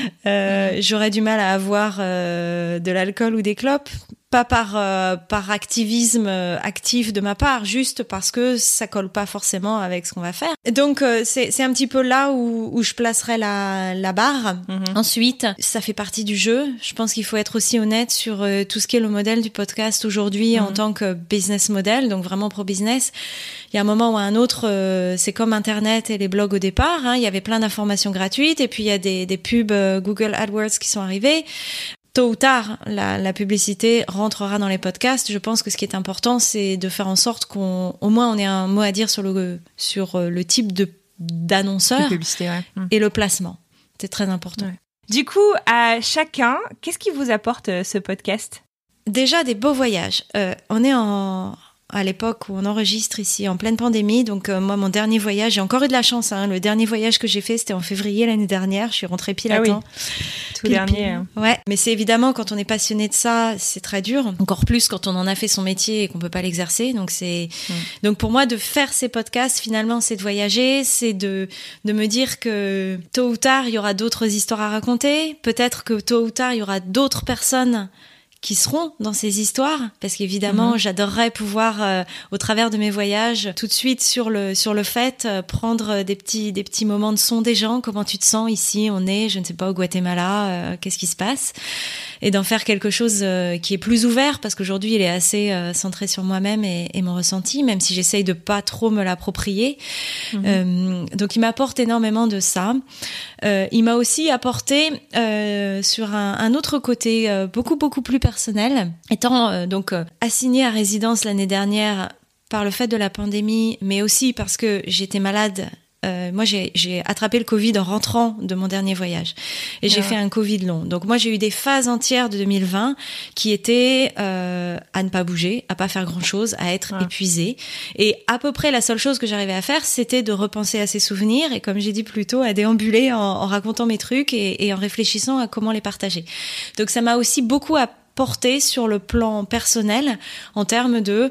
Euh, mmh. J'aurais du mal à avoir euh, de l'alcool ou des clopes. Pas par euh, par activisme euh, actif de ma part, juste parce que ça colle pas forcément avec ce qu'on va faire. Donc euh, c'est c'est un petit peu là où où je placerais la la barre. Mm-hmm. Ensuite, ça fait partie du jeu. Je pense qu'il faut être aussi honnête sur euh, tout ce qui est le modèle du podcast aujourd'hui, mm-hmm. en tant que business model, donc vraiment pro business. Il y a un moment ou un autre, euh, c'est comme Internet et les blogs au départ. Hein, il y avait plein d'informations gratuites, et puis il y a des des pubs euh, Google AdWords qui sont arrivées. Tôt ou tard, la, la publicité rentrera dans les podcasts. Je pense que ce qui est important, c'est de faire en sorte qu'on, au moins, on ait un mot à dire sur le sur le type de d'annonceur publicité, ouais. mmh. et le placement. C'est très important. Ouais. Du coup, à chacun, qu'est-ce qui vous apporte euh, ce podcast ? Déjà des beaux voyages. Euh, on est en à l'époque où on enregistre ici en pleine pandémie. Donc euh, moi, mon dernier voyage, j'ai encore eu de la chance. Hein, le dernier voyage que j'ai fait, c'était en février l'année dernière. Je suis rentrée pile à ah temps. Oui. Tout pile, dernier. Pile. Ouais, mais c'est évidemment, quand on est passionné de ça, c'est très dur. Encore plus quand on en a fait son métier et qu'on peut pas l'exercer. Donc c'est mmh. donc pour moi, de faire ces podcasts, finalement, c'est de voyager, c'est de de me dire que tôt ou tard, il y aura d'autres histoires à raconter. Peut-être que tôt ou tard, il y aura d'autres personnes qui seront dans ces histoires, parce qu'évidemment, mmh. j'adorerais pouvoir, euh, au travers de mes voyages, tout de suite sur le sur le fait, euh, prendre des petits des petits moments de son des gens. Comment tu te sens ici ? On est, je ne sais pas, au Guatemala. Euh, qu'est-ce qui se passe ? Et d'en faire quelque chose euh, qui est plus ouvert, parce qu'aujourd'hui, il est assez euh, centré sur moi-même et, et mon ressenti, même si j'essaye de pas trop me l'approprier. Mmh. Euh, donc, il m'apporte énormément de ça. Euh, il m'a aussi apporté euh, sur un, un autre côté euh, beaucoup beaucoup plus personnel, étant euh, donc euh, assignée à résidence l'année dernière par le fait de la pandémie, mais aussi parce que j'étais malade. Euh, moi, j'ai, j'ai attrapé le Covid en rentrant de mon dernier voyage. Et j'ai ouais. fait un Covid long. Donc moi, j'ai eu des phases entières de deux mille vingt qui étaient euh, à ne pas bouger, à pas faire grand-chose, à être ouais. épuisée. Et à peu près la seule chose que j'arrivais à faire, c'était de repenser à ces souvenirs et, comme j'ai dit plus tôt, à déambuler en, en racontant mes trucs et, et en réfléchissant à comment les partager. Donc ça m'a aussi beaucoup apporté porter sur le plan personnel en termes de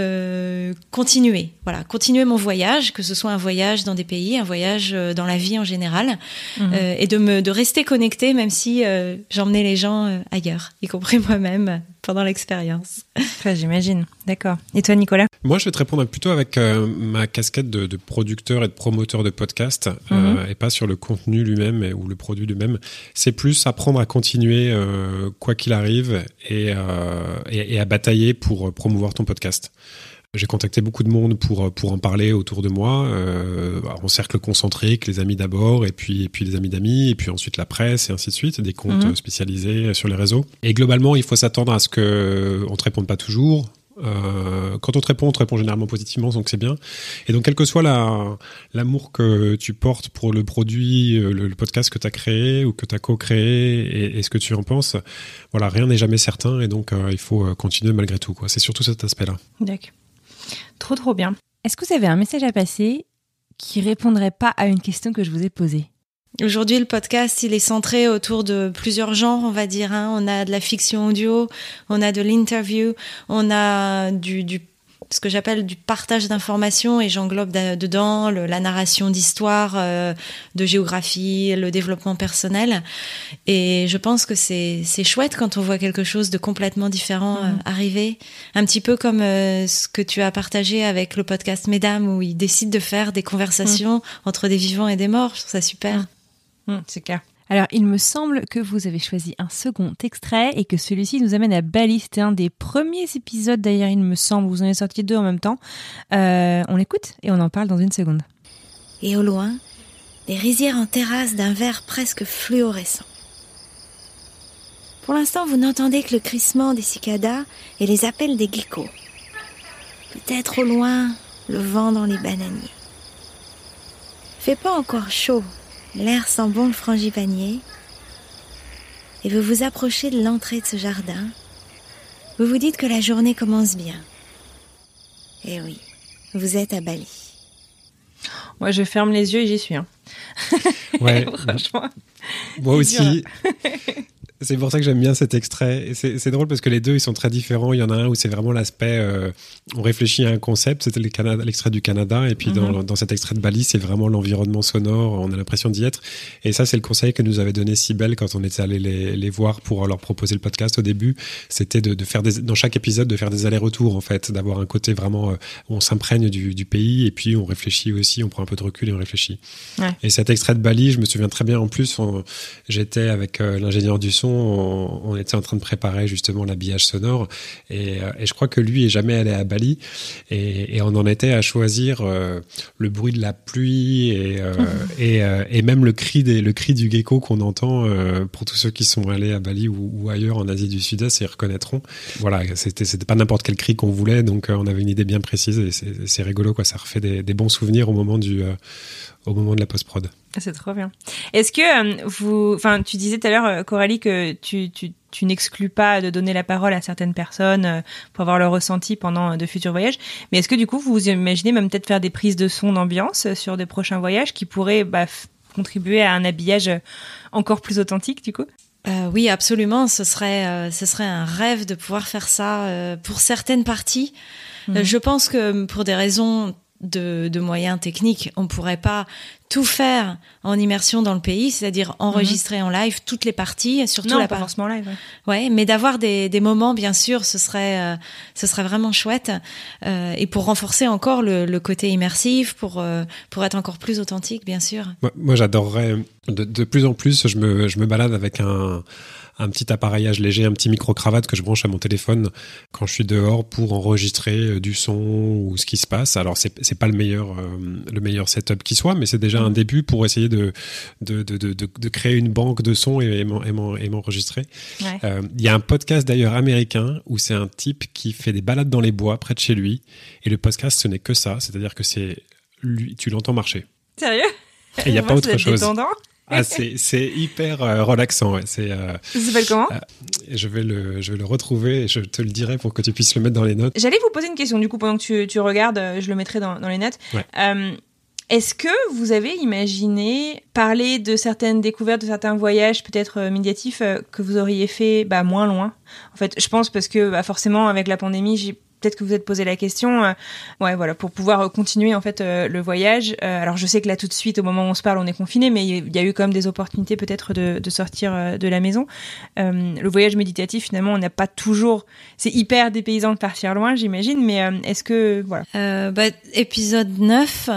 euh, continuer, voilà, continuer mon voyage, que ce soit un voyage dans des pays, un voyage dans la vie en général, mmh. euh, et de me de rester connectée même si euh, j'emmenais les gens euh, ailleurs, y compris moi-même pendant l'expérience. Enfin, j'imagine. D'accord. Et toi, Nicolas ? Moi, je vais te répondre plutôt avec euh, ma casquette de, de producteur et de promoteur de podcast, mmh. euh, et pas sur le contenu lui-même et, ou le produit lui-même. C'est plus apprendre à continuer euh, quoi qu'il arrive et, euh, et, et à batailler pour promouvoir ton podcast. J'ai contacté beaucoup de monde pour pour en parler autour de moi, euh, en cercle concentrique, les amis d'abord, et puis et puis les amis d'amis, et puis ensuite la presse, et ainsi de suite, des comptes mmh. spécialisés sur les réseaux. Et globalement, il faut s'attendre à ce que on te réponde pas toujours. Euh, quand on te répond, on te répond généralement positivement, donc c'est bien. Et donc, quel que soit la, l'amour que tu portes pour le produit, le, le podcast que tu as créé ou que tu as co-créé, et, et ce que tu en penses, voilà, rien n'est jamais certain, et donc euh, il faut continuer malgré tout, quoi. C'est surtout cet aspect-là. D'accord. Trop, trop bien. Est-ce que vous avez un message à passer qui répondrait pas à une question que je vous ai posée ? Aujourd'hui, le podcast, il est centré autour de plusieurs genres, on va dire. Hein. On a de la fiction audio, on a de l'interview, on a du, du ce que j'appelle du partage d'informations et j'englobe da- dedans le, la narration d'histoire, euh, de géographie, le développement personnel. Et je pense que c'est, c'est chouette quand on voit quelque chose de complètement différent euh, arriver. Un petit peu comme euh, ce que tu as partagé avec le podcast Mesdames où ils décident de faire des conversations mmh. entre des vivants et des morts. Je trouve ça super. Mmh. Mmh, c'est clair. Alors, il me semble que vous avez choisi un second extrait et que celui-ci nous amène à Bali. C'était un des premiers épisodes, d'ailleurs, il me semble. Vous en avez sorti deux en même temps. Euh, on l'écoute et on en parle dans une seconde. Et au loin, les rizières en terrasse d'un vert presque fluorescent. Pour l'instant, vous n'entendez que le crissement des cicadas et les appels des geckos. Peut-être au loin, le vent dans les bananiers. Fait pas encore chaud. L'air sent bon le frangipanier et vous vous approchez de l'entrée de ce jardin. Vous vous dites que la journée commence bien. Et oui, vous êtes à Bali. Moi, je ferme les yeux et j'y suis. Hein. Ouais. Franchement. Moi aussi. C'est pour ça que j'aime bien cet extrait. Et c'est, c'est drôle parce que les deux, ils sont très différents. Il y en a un où c'est vraiment l'aspect, euh, on réfléchit à un concept. C'était le Canada, l'extrait du Canada. Et puis, mm-hmm. dans, dans cet extrait de Bali, c'est vraiment l'environnement sonore. On a l'impression d'y être. Et ça, c'est le conseil que nous avait donné Cybèle quand on était allé les, les voir pour leur proposer le podcast au début. C'était de, de faire des, dans chaque épisode, de faire des allers-retours, en fait. D'avoir un côté vraiment, euh, où on s'imprègne du, du pays. Et puis, on réfléchit aussi. On prend un peu de recul et on réfléchit. Ouais. Et cet extrait de Bali, je me souviens très bien. En plus, on, j'étais avec euh, l'ingénieur du son. On, on était en train de préparer justement l'habillage sonore et, euh, et je crois que lui est jamais allé à Bali et, et on en était à choisir euh, le bruit de la pluie et, euh, et, euh, et même le cri, des, le cri du gecko qu'on entend euh, pour tous ceux qui sont allés à Bali ou, ou ailleurs en Asie du Sud-Est, ils reconnaîtront. Voilà, c'était, c'était pas n'importe quel cri qu'on voulait, donc euh, on avait une idée bien précise et c'est, c'est rigolo, quoi. Ça refait des, des bons souvenirs au moment du euh, au moment de la post-prod. C'est trop bien. Est-ce que euh, vous, enfin, tu disais tout à l'heure, Coralie, que tu, tu, tu n'exclus pas de donner la parole à certaines personnes euh, pour avoir leur ressenti pendant de futurs voyages. Mais est-ce que du coup, vous imaginez même peut-être faire des prises de son d'ambiance sur des prochains voyages qui pourraient bah, f- contribuer à un habillage encore plus authentique, du coup? Euh, oui, absolument. Ce serait, euh, ce serait un rêve de pouvoir faire ça euh, pour certaines parties. Mmh. Euh, je pense que pour des raisons de, de moyens techniques, on pourrait pas tout faire en immersion dans le pays, c'est-à-dire enregistrer mmh. en live toutes les parties, surtout non, la pas part... forcément live. Ouais. ouais, mais d'avoir des, des moments, bien sûr, ce serait, euh, ce serait vraiment chouette. Euh, et pour renforcer encore le, le côté immersif, pour euh, pour être encore plus authentique, bien sûr. Moi, moi j'adorerais de, de plus en plus. Je me je me balade avec un un petit appareillage léger, un petit micro-cravate que je branche à mon téléphone quand je suis dehors pour enregistrer du son ou ce qui se passe. Alors, c'est, c'est pas le meilleur, euh, le meilleur setup qui soit, mais c'est déjà un début pour essayer de, de, de, de, de créer une banque de sons et, et, et, et m'enregistrer. Ouais. Euh, il y a un podcast d'ailleurs américain où c'est un type qui fait des balades dans les bois près de chez lui et le podcast, ce n'est que ça. C'est-à-dire que c'est lui, tu l'entends marcher. Sérieux? Et il n'y a pas autre chose. Détendant. Ah, c'est, c'est hyper euh, relaxant. Ouais. C'est, euh, ça s'appelle comment euh, je, vais le, je vais le retrouver et je te le dirai pour que tu puisses le mettre dans les notes. J'allais vous poser une question, du coup, pendant que tu, tu regardes, je le mettrai dans, dans les notes. Ouais. Euh, est-ce que vous avez imaginé parler de certaines découvertes, de certains voyages peut-être euh, médiatifs euh, que vous auriez fait bah, moins loin? En fait, je pense parce que bah, forcément, avec la pandémie, j'ai peut-être que vous êtes posé la question, euh, ouais, voilà, pour pouvoir continuer en fait euh, le voyage. Euh, alors je sais que là tout de suite, au moment où on se parle, on est confiné, mais il y a eu quand même des opportunités peut-être de, de sortir euh, de la maison. Euh, le voyage méditatif, finalement, on n'a pas toujours. C'est hyper dépaysant de partir loin, j'imagine, mais euh, est-ce que voilà. Euh, bah, épisode neuf.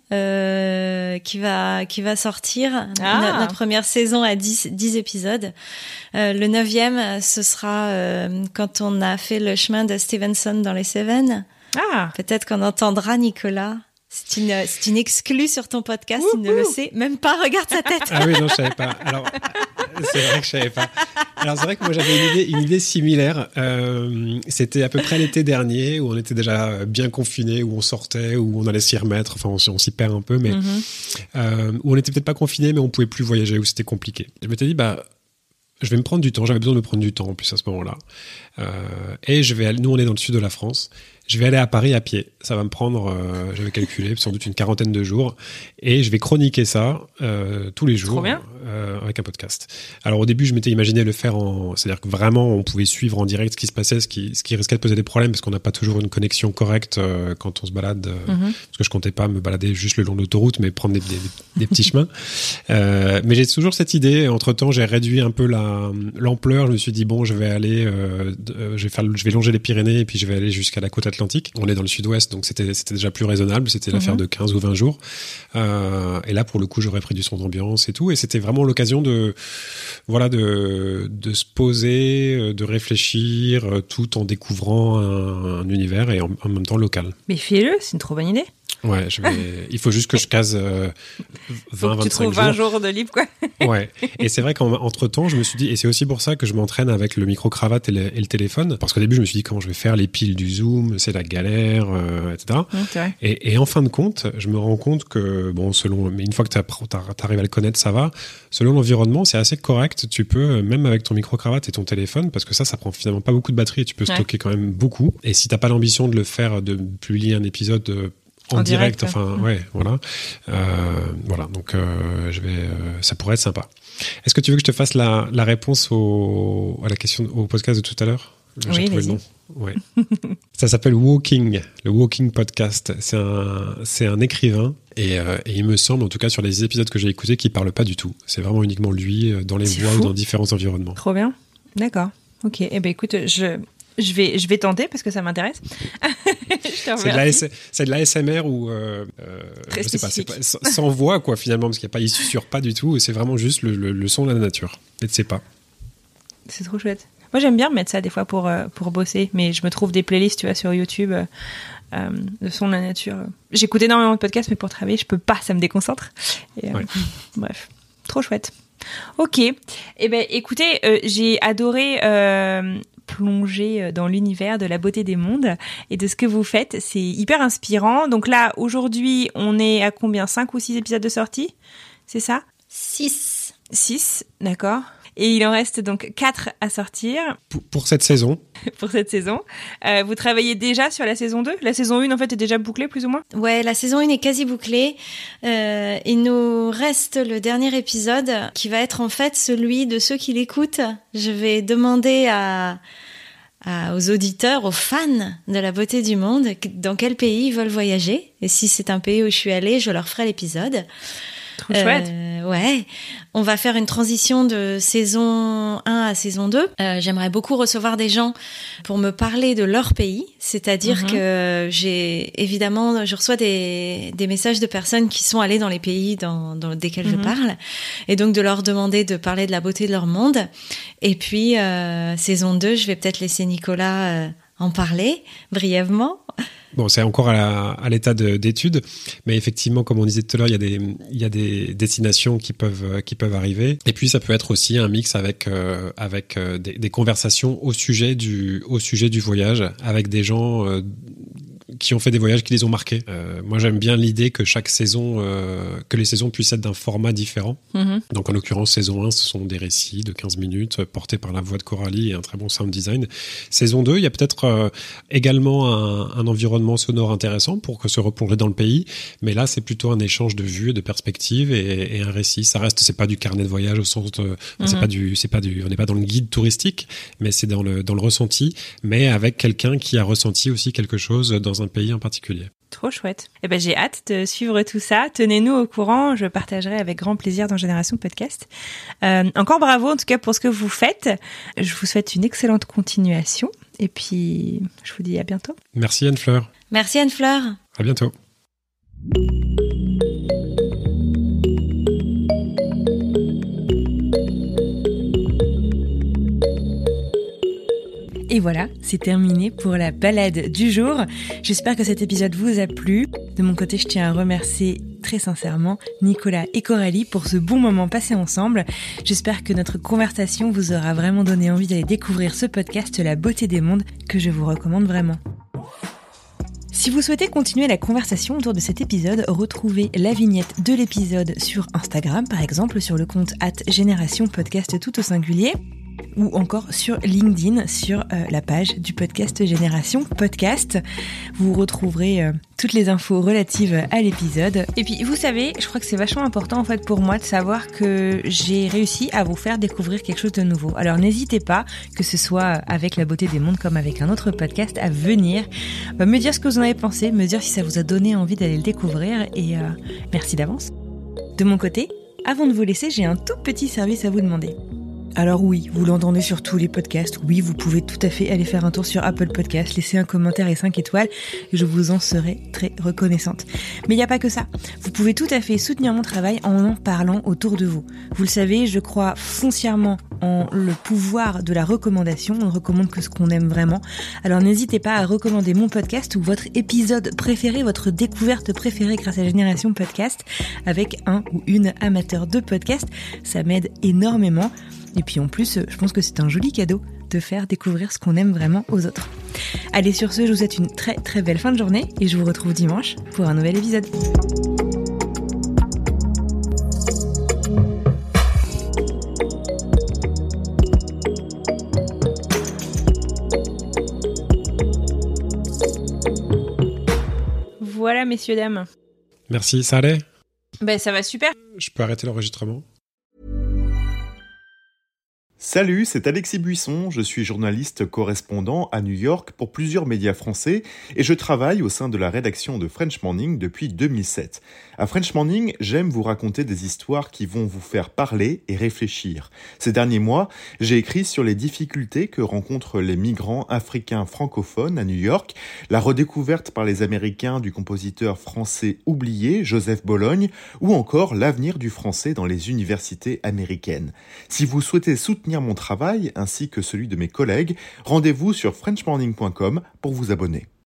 Euh, qui va qui va sortir. Ah. Notre, notre première saison a dix, dix épisodes. Euh, le neuvième, ce sera euh, quand on a fait le chemin de Stevenson dans les Cévennes. Ah. Peut-être qu'on entendra Nicolas. C'est une, c'est une exclue sur ton podcast, Ouh, il ne ouh. le sait même pas, regarde sa tête. Ah oui, non, je savais pas. Alors, c'est vrai que je savais pas. Alors, c'est vrai que moi, j'avais une idée, une idée similaire. Euh, c'était à peu près l'été dernier, où on était déjà bien confinés, où on sortait, où on allait s'y remettre. Enfin, on, on s'y perd un peu, mais mm-hmm. euh, où on était peut-être pas confinés, mais on pouvait plus voyager, où c'était compliqué. Je m'étais dit, bah, je vais me prendre du temps. J'avais besoin de me prendre du temps, en plus, à ce moment-là. Euh, et je vais aller, nous, on est dans le sud de la France. je vais aller à Paris à pied. Ça va me prendre, euh, j'avais calculé, sans doute une quarantaine de jours. Et je vais chroniquer ça euh, tous les jours euh, avec un podcast. Alors au début, je m'étais imaginé le faire en... C'est-à-dire que vraiment, on pouvait suivre en direct ce qui se passait, ce qui, ce qui risquait de poser des problèmes, parce qu'on n'a pas toujours une connexion correcte euh, quand on se balade. Euh, mm-hmm. Parce que je comptais pas me balader juste le long de l'autoroute, mais prendre des, des, des petits chemins. Euh, mais j'ai toujours cette idée. Entre-temps, j'ai réduit un peu la, l'ampleur. Je me suis dit, bon, je vais aller... Euh, je, vais faire, je vais longer les Pyrénées et puis je vais aller jusqu'à la côte atlantique. On est dans le sud-ouest, donc c'était, c'était déjà plus raisonnable. C'était l'affaire mmh. de quinze ou vingt jours. Euh, et là, pour le coup, j'aurais pris du son d'ambiance et tout. Et c'était vraiment l'occasion de, voilà, de, de se poser, de réfléchir, tout en découvrant un, un univers et en, en même temps local. Mais fais-le, c'est une trop bonne idée. Ouais, je vais... il faut juste que je case euh, vingt, vingt-cinq jours. Tu trouves vingt jours de libre, quoi. Ouais. Et c'est vrai qu'entre temps, je me suis dit, et c'est aussi pour ça que je m'entraîne avec le micro-cravate et le, et le téléphone, parce qu'au début, je me suis dit comment je vais faire les piles du Zoom, c'est la galère, euh, et cetera. Okay. Et, et en fin de compte, je me rends compte que, bon, selon, mais une fois que tu arrives à le connaître, ça va. Selon l'environnement, c'est assez correct. Tu peux, même avec ton micro-cravate et ton téléphone, parce que ça, ça prend finalement pas beaucoup de batterie et tu peux ouais. stocker quand même beaucoup. Et si t'as pas l'ambition de le faire, de publier un épisode de En, en direct, direct, enfin, ouais, ouais voilà. Euh, voilà, donc euh, je vais, euh, ça pourrait être sympa. Est-ce que tu veux que je te fasse la, la réponse au, à la question, au podcast de tout à l'heure ? Oui, vas-y. Le nom. Ouais. Ça s'appelle Walking, le Walking Podcast. C'est un, c'est un écrivain et, euh, et il me semble, en tout cas sur les épisodes que j'ai écoutés, qu'il parle pas du tout. C'est vraiment uniquement lui dans les c'est voix fou. Ou dans différents environnements. Trop bien. D'accord. Ok. Eh ben écoute, je. Je vais, je vais tenter parce que ça m'intéresse. c'est, de la S, c'est de l'A S M R ou euh, je sais pas, c'est pas, sans voix quoi finalement parce qu'il n'y a pas, il susurre pas du tout et c'est vraiment juste le, le, le son de la nature et de ses pas. C'est trop chouette. Moi j'aime bien mettre ça des fois pour pour bosser, mais je me trouve des playlists tu vois sur YouTube. Euh, le son de la nature. J'écoute énormément de podcasts, mais pour travailler je peux pas, ça me déconcentre. Et, euh, ouais. Bref, trop chouette. Ok. Eh ben écoutez, euh, j'ai adoré. Euh, plonger dans l'univers de la beauté des mondes et de ce que vous faites. C'est hyper inspirant. Donc là, aujourd'hui, on est à combien ? cinq ou six épisodes de sortie ? C'est ça ? six. six, d'accord. Et il en reste donc quatre à sortir. Pour, pour cette saison. Pour cette saison. Euh, vous travaillez déjà sur la saison deux ? La saison un, en fait, est déjà bouclée, plus ou moins ? Ouais, la saison un est quasi bouclée. Euh, il nous reste le dernier épisode qui va être en fait celui de ceux qui l'écoutent. Je vais demander à... À, aux auditeurs, aux fans de la beauté du monde, dans quel pays ils veulent voyager. Et si c'est un pays où je suis allée, je leur ferai l'épisode. Trop chouette. Euh, ouais. On va faire une transition de saison un à saison deux. Euh, j'aimerais beaucoup recevoir des gens pour me parler de leur pays. C'est-à-dire mm-hmm. que j'ai, évidemment, je reçois des, des messages de personnes qui sont allées dans les pays dans, dans desquels mm-hmm. je parle. Et donc, de leur demander de parler de la beauté de leur monde. Et puis, euh, saison deux, je vais peut-être laisser Nicolas euh, en parler brièvement. Bon, c'est encore à, la, à l'état de, d'étude, mais effectivement, comme on disait tout à l'heure, il y a des, il y a des destinations qui peuvent, qui peuvent arriver. Et puis, ça peut être aussi un mix avec, euh, avec euh, des, des conversations au sujet du, au sujet du voyage, avec des gens euh, qui ont fait des voyages qui les ont marqués. Euh, moi, j'aime bien l'idée que chaque saison, euh, que les saisons puissent être d'un format différent. Mm-hmm. Donc, en l'occurrence, saison un, ce sont des récits de quinze minutes portés par la voix de Coralie et un très bon sound design. Saison deux, il y a peut-être euh, également un, un environnement sonore intéressant pour que se replonger dans le pays. Mais là, c'est plutôt un échange de vues, de perspectives et, et un récit. Ça reste, c'est pas du carnet de voyage au sens de, mm-hmm. c'est pas du, c'est pas du, on n'est pas dans le guide touristique, mais c'est dans le, dans le ressenti, mais avec quelqu'un qui a ressenti aussi quelque chose dans un pays en particulier. Trop chouette. Eh ben, j'ai hâte de suivre tout ça. Tenez-nous au courant. Je partagerai avec grand plaisir dans Génération Podcast. Euh, encore bravo, en tout cas, pour ce que vous faites. Je vous souhaite une excellente continuation. Et puis, je vous dis à bientôt. Merci Anne-Fleur. Merci Anne-Fleur. À bientôt. Et voilà, c'est terminé pour la balade du jour. J'espère que cet épisode vous a plu. De mon côté, je tiens à remercier très sincèrement Nicolas et Coralie pour ce bon moment passé ensemble. J'espère que notre conversation vous aura vraiment donné envie d'aller découvrir ce podcast La beauté des mondes que je vous recommande vraiment. Si vous souhaitez continuer la conversation autour de cet épisode, retrouvez la vignette de l'épisode sur Instagram, par exemple sur le compte arobase génération podcast tout au singulier. ou encore sur LinkedIn, sur euh, la page du podcast Génération Podcast. Vous retrouverez euh, toutes les infos relatives à l'épisode. Et puis, vous savez, je crois que c'est vachement important en fait pour moi de savoir que j'ai réussi à vous faire découvrir quelque chose de nouveau. Alors, n'hésitez pas, que ce soit avec La Beauté des Mondes comme avec un autre podcast, à venir euh, me dire ce que vous en avez pensé, me dire si ça vous a donné envie d'aller le découvrir. Et euh, merci d'avance. De mon côté, avant de vous laisser, j'ai un tout petit service à vous demander. Alors oui, vous l'entendez sur tous les podcasts, oui, vous pouvez tout à fait aller faire un tour sur Apple Podcasts, laisser un commentaire et cinq étoiles, je vous en serai très reconnaissante. Mais il n'y a pas que ça, vous pouvez tout à fait soutenir mon travail en en parlant autour de vous. Vous le savez, je crois foncièrement en le pouvoir de la recommandation, on ne recommande que ce qu'on aime vraiment. Alors n'hésitez pas à recommander mon podcast ou votre épisode préféré, votre découverte préférée grâce à Génération Podcast, avec un ou une amateur de podcast, ça m'aide énormément. Et puis en plus, je pense que c'est un joli cadeau de faire découvrir ce qu'on aime vraiment aux autres. Allez, sur ce, je vous souhaite une très très belle fin de journée et je vous retrouve dimanche pour un nouvel épisode. Voilà, messieurs, dames. Merci, ça allait ? Ben, ça va super. Je peux arrêter l'enregistrement ? Salut, c'est Alexis Buisson, je suis journaliste correspondant à New York pour plusieurs médias français et je travaille au sein de la rédaction de French Morning depuis deux mille sept. À French Morning, j'aime vous raconter des histoires qui vont vous faire parler et réfléchir. Ces derniers mois, j'ai écrit sur les difficultés que rencontrent les migrants africains francophones à New York, la redécouverte par les Américains du compositeur français oublié Joseph Bologne ou encore l'avenir du français dans les universités américaines. Si vous souhaitez soutenir mon travail ainsi que celui de mes collègues, rendez-vous sur french morning point com pour vous abonner.